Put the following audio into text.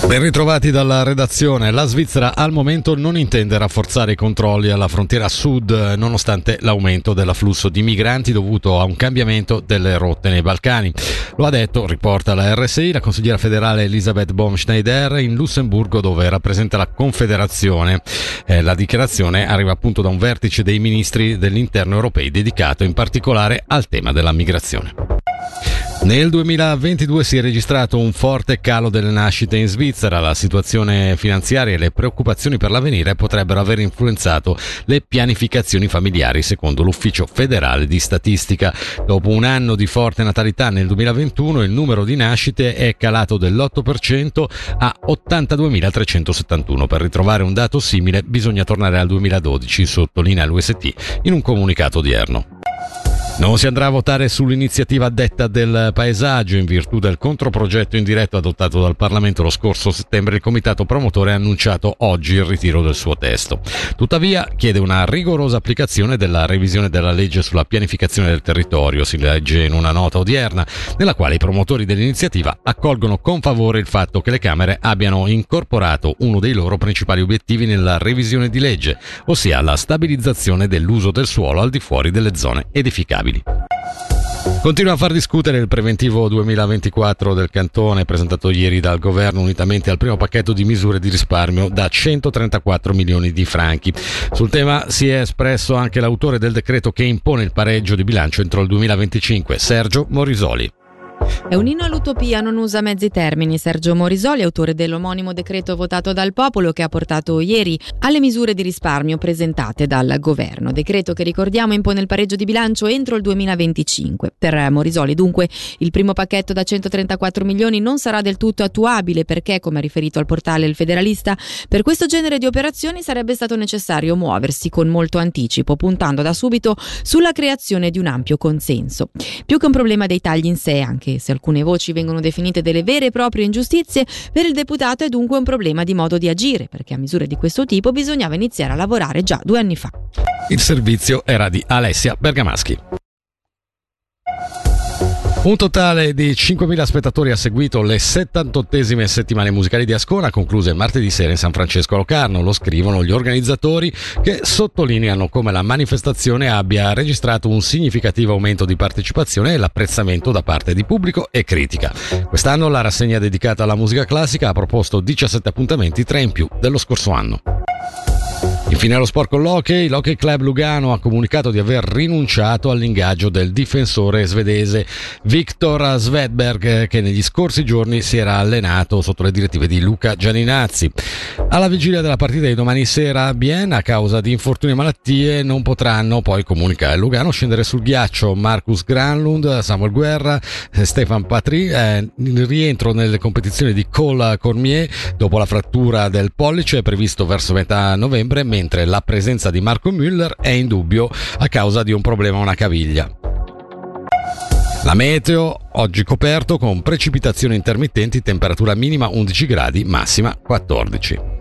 Ben ritrovati dalla redazione. La Svizzera al momento non intende rafforzare i controlli alla frontiera sud nonostante l'aumento dell'afflusso di migranti dovuto a un cambiamento delle rotte nei Balcani. Lo ha detto, riporta la RSI, la consigliera federale Elisabeth Baumschneider in Lussemburgo, dove rappresenta la Confederazione. La dichiarazione arriva appunto da un vertice dei ministri dell'interno europei dedicato in particolare al tema della migrazione. Nel 2022 si è registrato un forte calo delle nascite in Svizzera. La situazione finanziaria e le preoccupazioni per l'avvenire potrebbero aver influenzato le pianificazioni familiari, secondo l'Ufficio federale di statistica. Dopo un anno di forte natalità nel 2021, il numero di nascite è calato dell'8% a 82.371. Per ritrovare un dato simile bisogna tornare al 2012, sottolinea l'UST in un comunicato odierno. Non si andrà a votare sull'iniziativa detta del paesaggio in virtù del controprogetto indiretto adottato dal Parlamento lo scorso settembre. Il comitato promotore ha annunciato oggi il ritiro del suo testo. Tuttavia chiede una rigorosa applicazione della revisione della legge sulla pianificazione del territorio. Si legge in una nota odierna nella quale i promotori dell'iniziativa accolgono con favore il fatto che le Camere abbiano incorporato uno dei loro principali obiettivi nella revisione di legge, ossia la stabilizzazione dell'uso del suolo al di fuori delle zone edificabili. Continua a far discutere il preventivo 2024 del cantone presentato ieri dal governo unitamente al primo pacchetto di misure di risparmio da 134 milioni di franchi. Sul tema si è espresso anche l'autore del decreto che impone il pareggio di bilancio entro il 2025, Sergio Morisoli. È un inno all'utopia, non usa mezzi termini. Sergio Morisoli, autore dell'omonimo decreto votato dal popolo che ha portato ieri alle misure di risparmio presentate dal governo. Decreto che, ricordiamo, impone il pareggio di bilancio entro il 2025. Per Morisoli, dunque, il primo pacchetto da 134 milioni non sarà del tutto attuabile perché, come ha riferito al portale Il Federalista, per questo genere di operazioni sarebbe stato necessario muoversi con molto anticipo, puntando da subito sulla creazione di un ampio consenso. Più che un problema dei tagli in sé, anche se alcune voci vengono definite delle vere e proprie ingiustizie, per il deputato è dunque un problema di modo di agire, perché a misure di questo tipo bisognava iniziare a lavorare già 2 anni fa. Il servizio era di Alessia Bergamaschi. Un totale di 5.000 spettatori ha seguito le 78esime settimane musicali di Ascona, concluse martedì sera in San Francesco a Locarno. Lo scrivono gli organizzatori, che sottolineano come la manifestazione abbia registrato un significativo aumento di partecipazione e l'apprezzamento da parte di pubblico e critica. Quest'anno la rassegna dedicata alla musica classica ha proposto 17 appuntamenti, 3 in più dello scorso anno. Infine allo sport con l'Hockey, l'Hockey Club Lugano ha comunicato di aver rinunciato all'ingaggio del difensore svedese Viktor Svedberg, che negli scorsi giorni si era allenato sotto le direttive di Luca Gianninazzi. Alla vigilia della partita di domani sera, Bien, a causa di infortuni e malattie, non potranno, poi comunica il Lugano, scendere sul ghiaccio Marcus Granlund, Samuel Guerra, Stefan Patry. Il rientro nelle competizioni di Cole Cormier dopo la frattura del pollice è previsto verso metà novembre, mentre la presenza di Marco Müller è in dubbio a causa di un problema a una caviglia. La meteo, oggi coperto con precipitazioni intermittenti, temperatura minima 11 gradi, massima 14.